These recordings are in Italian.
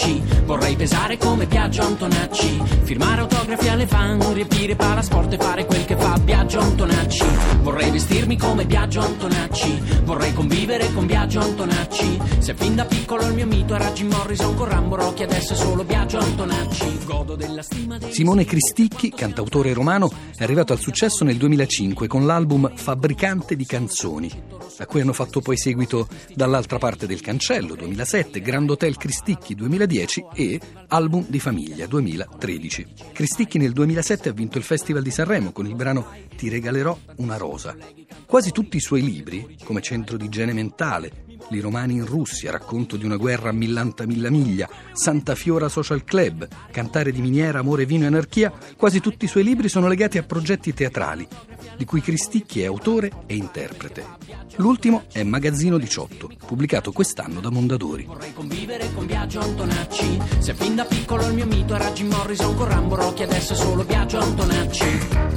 Antonacci. Vorrei pesare come Biagio Antonacci, firmare autografi alle fan, riempire palasport e fare quel che fa Biagio Antonacci. Vorrei vestirmi come Biagio Antonacci, vorrei convivere con Biagio Antonacci. Se fin da piccolo il mio mito era Jim Morrison con Rambo Rocky, adesso è solo Biagio Antonacci. Godo della stima dei... Simone Cristicchi, cantautore romano, è arrivato al successo nel 2005 con l'album Fabbricante di canzoni, a cui hanno fatto poi seguito Dall'altra parte del cancello 2007, Grand Hotel Cristicchi 2010 e Album di famiglia 2013. Cristicchi nel 2007 ha vinto il Festival di Sanremo con il brano Ti regalerò una rosa. Quasi tutti i suoi libri, come Centro di igiene mentale, I romani in Russia, Racconto di una guerra a 1000 miglia, Santa Fiora Social Club, Cantare di miniera, Amore, vino e anarchia, quasi tutti i suoi libri sono legati a progetti teatrali, di cui Cristicchi è autore e interprete. L'ultimo è Magazzino 18, pubblicato quest'anno da Mondadori. Vorrei convivere con Biagio Antonacci, se fin da piccolo il mio mito era Jim Morrison con Rambo Rocky, adesso è solo Biagio Antonacci.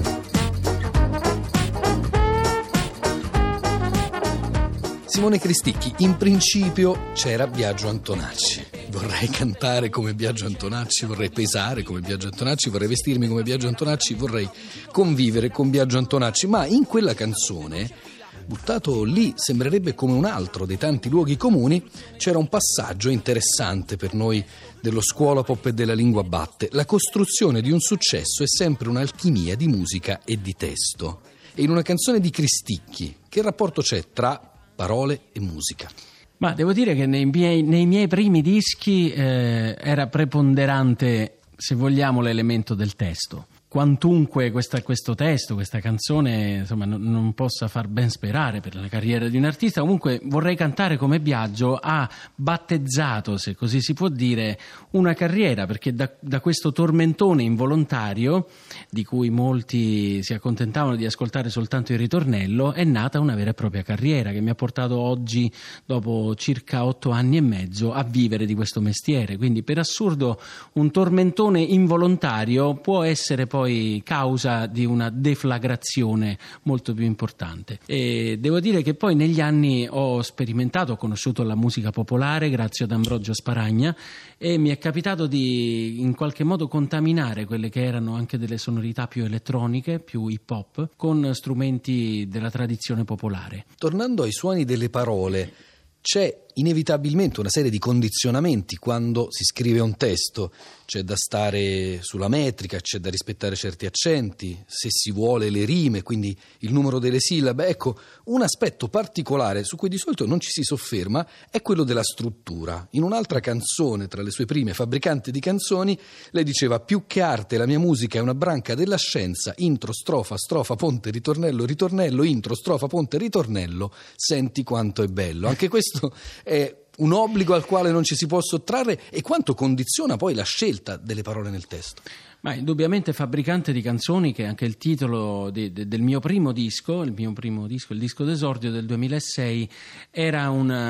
Simone Cristicchi, in principio c'era Biagio Antonacci. Vorrei cantare come Biagio Antonacci, vorrei pesare come Biagio Antonacci, vorrei vestirmi come Biagio Antonacci, vorrei convivere con Biagio Antonacci. Ma in quella canzone, buttato lì sembrerebbe come un altro dei tanti luoghi comuni, c'era un passaggio interessante per noi dello scuola pop e della lingua batte. La costruzione di un successo è sempre un'alchimia di musica e di testo. E in una canzone di Cristicchi, che rapporto c'è tra parole e musica? Ma devo dire che nei miei primi dischi era preponderante, se vogliamo, l'elemento del testo. Quantunque questo testo, questa canzone, insomma, non possa far ben sperare per la carriera di un artista, comunque Vorrei cantare come Biagio ha battezzato, se così si può dire, una carriera, perché da questo tormentone involontario, di cui molti si accontentavano di ascoltare soltanto il ritornello, è nata una vera e propria carriera che mi ha portato oggi, dopo circa 8 anni e mezzo, a vivere di questo mestiere. Quindi, per assurdo, un tormentone involontario può essere poi causa di una deflagrazione molto più importante. E devo dire che poi negli anni ho conosciuto la musica popolare grazie ad Ambrogio Sparagna, e mi è capitato di in qualche modo contaminare quelle che erano anche delle sonorità più elettroniche, più hip hop, con strumenti della tradizione popolare. Tornando ai suoni delle parole, c'è inevitabilmente una serie di condizionamenti quando si scrive un testo. C'è da stare sulla metrica, c'è da rispettare certi accenti, se si vuole le rime, quindi il numero delle sillabe. Ecco, un aspetto particolare su cui di solito non ci si sofferma è quello della struttura. In un'altra canzone, tra le sue prime, Fabbricante di canzoni, lei diceva: più che arte la mia musica è una branca della scienza, intro, strofa, strofa, ponte, ritornello, ritornello, intro, strofa, ponte, ritornello, senti quanto è bello. Anche questo è un obbligo al quale non ci si può sottrarre, e quanto condiziona poi la scelta delle parole nel testo. Ma indubbiamente Fabbricante di canzoni, che è anche il titolo del mio primo disco, il disco d'esordio del 2006, era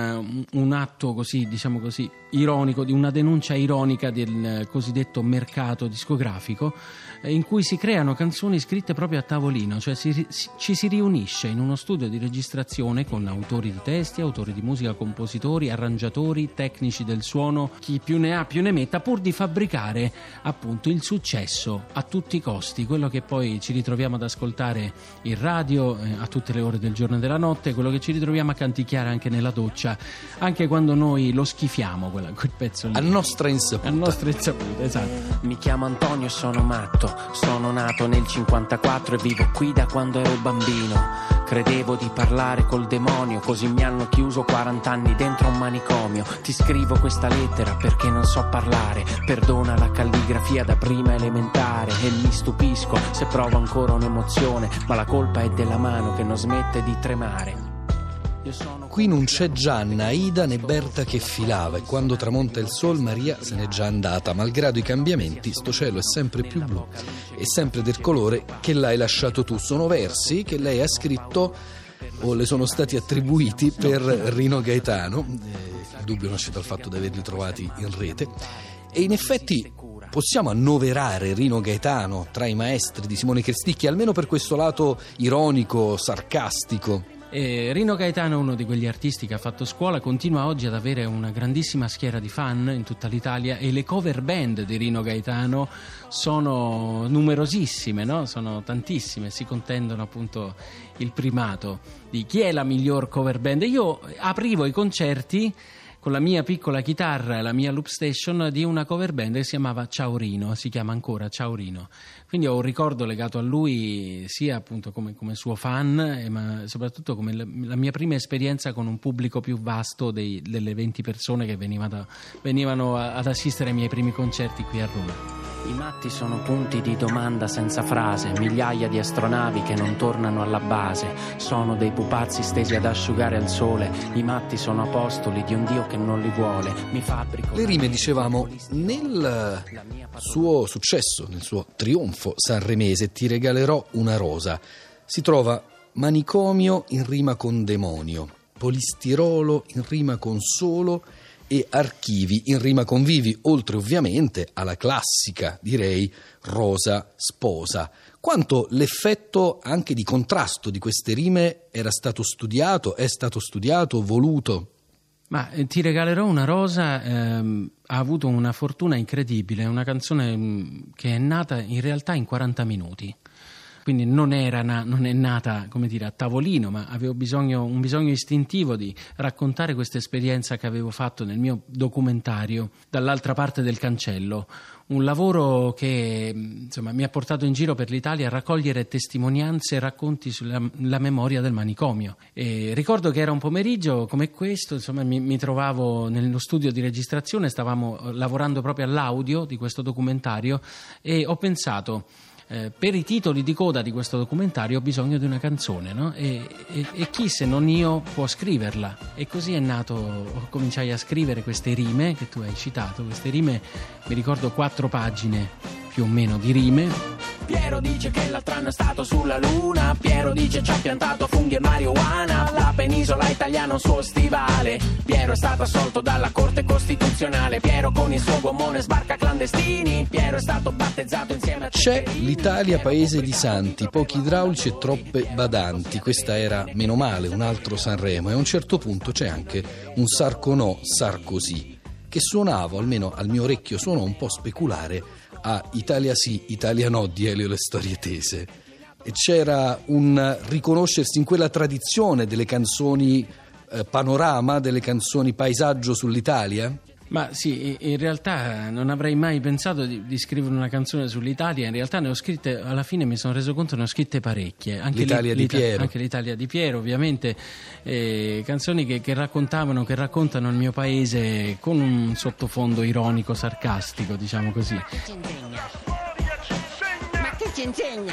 un atto così, diciamo così, ironico, di una denuncia ironica del cosiddetto mercato discografico, in cui si creano canzoni scritte proprio a tavolino, cioè ci si riunisce in uno studio di registrazione con autori di testi, autori di musica, compositori, arrangiatori, tecnici del suono, chi più ne ha più ne metta, pur di fabbricare appunto il successo a tutti i costi, quello che poi ci ritroviamo ad ascoltare in radio a tutte le ore del giorno e della notte, quello che ci ritroviamo a canticchiare anche nella doccia, anche quando noi lo schifiamo quel pezzo lì. A nostra insaputa, esatto. Mi chiamo Antonio e sono matto, sono nato nel 54 e vivo qui da quando ero bambino. Credevo di parlare col demonio, così mi hanno chiuso 40 anni dentro un manicomio. Ti scrivo questa lettera perché non so parlare, perdona la calligrafia da prima elementare, e mi stupisco se provo ancora un'emozione, ma la colpa è della mano che non smette di tremare. Qui non c'è Gianna, Ida né Berta che filava, e quando tramonta il sol Maria se n'è già andata. Malgrado i cambiamenti, sto cielo è sempre più blu, è sempre del colore che l'hai lasciato tu. Sono versi che lei ha scritto o le sono stati attribuiti per Rino Gaetano. Il dubbio nasce dal fatto di averli trovati in rete, e in effetti possiamo annoverare Rino Gaetano tra i maestri di Simone Cristicchi, almeno per questo lato ironico, sarcastico. Rino Gaetano è uno di quegli artisti che ha fatto scuola, continua oggi ad avere una grandissima schiera di fan in tutta l'Italia, e le cover band di Rino Gaetano sono numerosissime, no? Sono tantissime, si contendono appunto il primato di chi è la miglior cover band. Io aprivo i concerti con la mia piccola chitarra e la mia loop station di una cover band che si chiamava Ciao Rino, si chiama ancora Ciao Rino. Quindi ho un ricordo legato a lui sia appunto come suo fan, ma soprattutto come la mia prima esperienza con un pubblico più vasto delle 20 persone che venivano ad assistere ai miei primi concerti qui a Roma. I matti sono punti di domanda senza frase, migliaia di astronavi che non tornano alla base, sono dei pupazzi stesi ad asciugare al sole, i matti sono apostoli di un Dio che non li vuole, mi fabbrico... Le rime, dicevamo, nel suo successo, nel suo trionfo sanremese, Ti regalerò una rosa, si trova manicomio in rima con demonio, polistirolo in rima con solo e archivi in rima con vivi, oltre ovviamente alla classica, direi, rosa sposa. Quanto l'effetto anche di contrasto di queste rime era stato studiato, è stato studiato, voluto? Ma Ti regalerò una rosa ha avuto una fortuna incredibile, una canzone che è nata in realtà in 40 minuti. Quindi non è nata, come dire, a tavolino, ma avevo un bisogno istintivo di raccontare questa esperienza che avevo fatto nel mio documentario Dall'altra parte del cancello, un lavoro che insomma mi ha portato in giro per l'Italia a raccogliere testimonianze e racconti sulla memoria del manicomio. E ricordo che era un pomeriggio come questo, insomma mi trovavo nello studio di registrazione, stavamo lavorando proprio all'audio di questo documentario e ho pensato: per i titoli di coda di questo documentario ho bisogno di una canzone, no? E chi se non io può scriverla? E così è nato, cominciai a scrivere queste rime che tu hai citato, queste rime, mi ricordo 4 pagine più o meno di rime. Piero dice che l'altro anno è stato sulla luna, Piero dice ci ha piantato funghi e marijuana, la penisola italiana un suo stivale, Piero è stato assolto dalla Corte Costituzionale, Piero con il suo gommone sbarca clandestini, Piero è stato battezzato insieme a... C'è l'Italia paese di santi, pochi idraulici e troppe badanti, questa era meno male un altro Sanremo, e a un certo punto c'è anche un Sarconò Sarkozy che suonava, almeno al mio orecchio suonò un po' speculare a Italia sì, Italia no di Elio Le Storie Tese, e c'era un riconoscersi in quella tradizione delle canzoni panorama, delle canzoni paesaggio sull'Italia? Ma sì, in realtà non avrei mai pensato di scrivere una canzone sull'Italia, in realtà ne ho scritte, alla fine mi sono reso conto, ne ho scritte parecchie, anche l'Italia di Piero. Anche l'Italia di Piero, ovviamente, canzoni che raccontano il mio paese con un sottofondo ironico, sarcastico, diciamo così. Ma che ci insegna?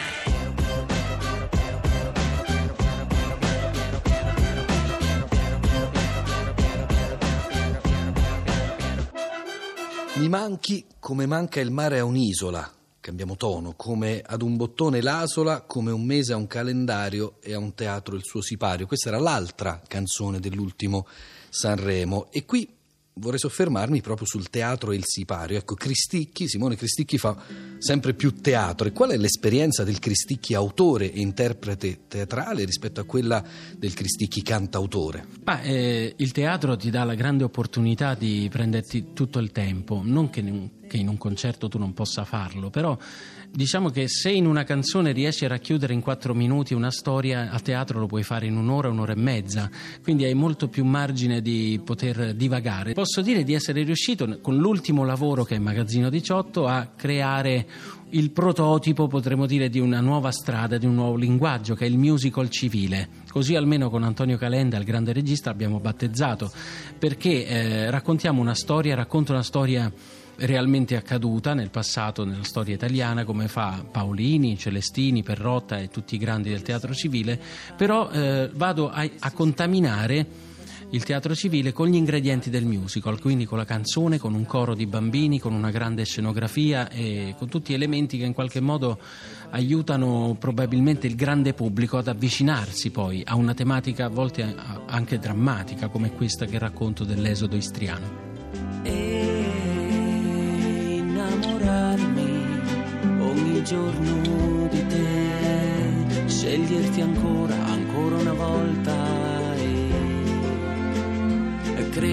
Mi manchi come manca il mare a un'isola, cambiamo tono, come ad un bottone l'asola, come un mese a un calendario e a un teatro il suo sipario. Questa era l'altra canzone dell'ultimo Sanremo, e qui vorrei soffermarmi proprio sul teatro e il sipario. Ecco, Simone Cristicchi fa sempre più teatro. E qual è l'esperienza del Cristicchi autore e interprete teatrale rispetto a quella del Cristicchi cantautore? Il teatro ti dà la grande opportunità di prenderti tutto il tempo, non che in un concerto tu non possa farlo, però diciamo che se in una canzone riesci a racchiudere in 4 minuti una storia, a teatro lo puoi fare in un'ora e mezza, quindi hai molto più margine di poter divagare. Posso dire di essere riuscito con l'ultimo lavoro, che è Magazzino 18, a creare il prototipo, potremmo dire, di una nuova strada, di un nuovo linguaggio, che è il musical civile. Così almeno con Antonio Calenda, il grande regista, abbiamo battezzato, perché racconto una storia realmente accaduta nel passato, nella storia italiana, come fa Paolini, Celestini, Perrotta e tutti i grandi del teatro civile, però vado a contaminare il teatro civile con gli ingredienti del musical, quindi con la canzone, con un coro di bambini, con una grande scenografia e con tutti elementi che in qualche modo aiutano probabilmente il grande pubblico ad avvicinarsi poi a una tematica a volte anche drammatica, come questa che racconto dell'esodo istriano. Innamorarmi ogni giorno di te, sceglierti ancora una volta,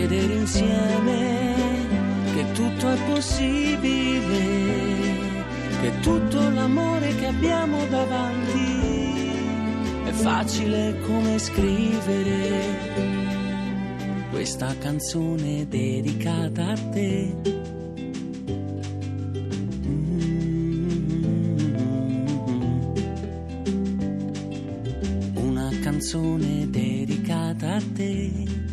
credere insieme che tutto è possibile, che tutto l'amore che abbiamo davanti è facile come scrivere questa canzone dedicata a te. Una canzone dedicata a te.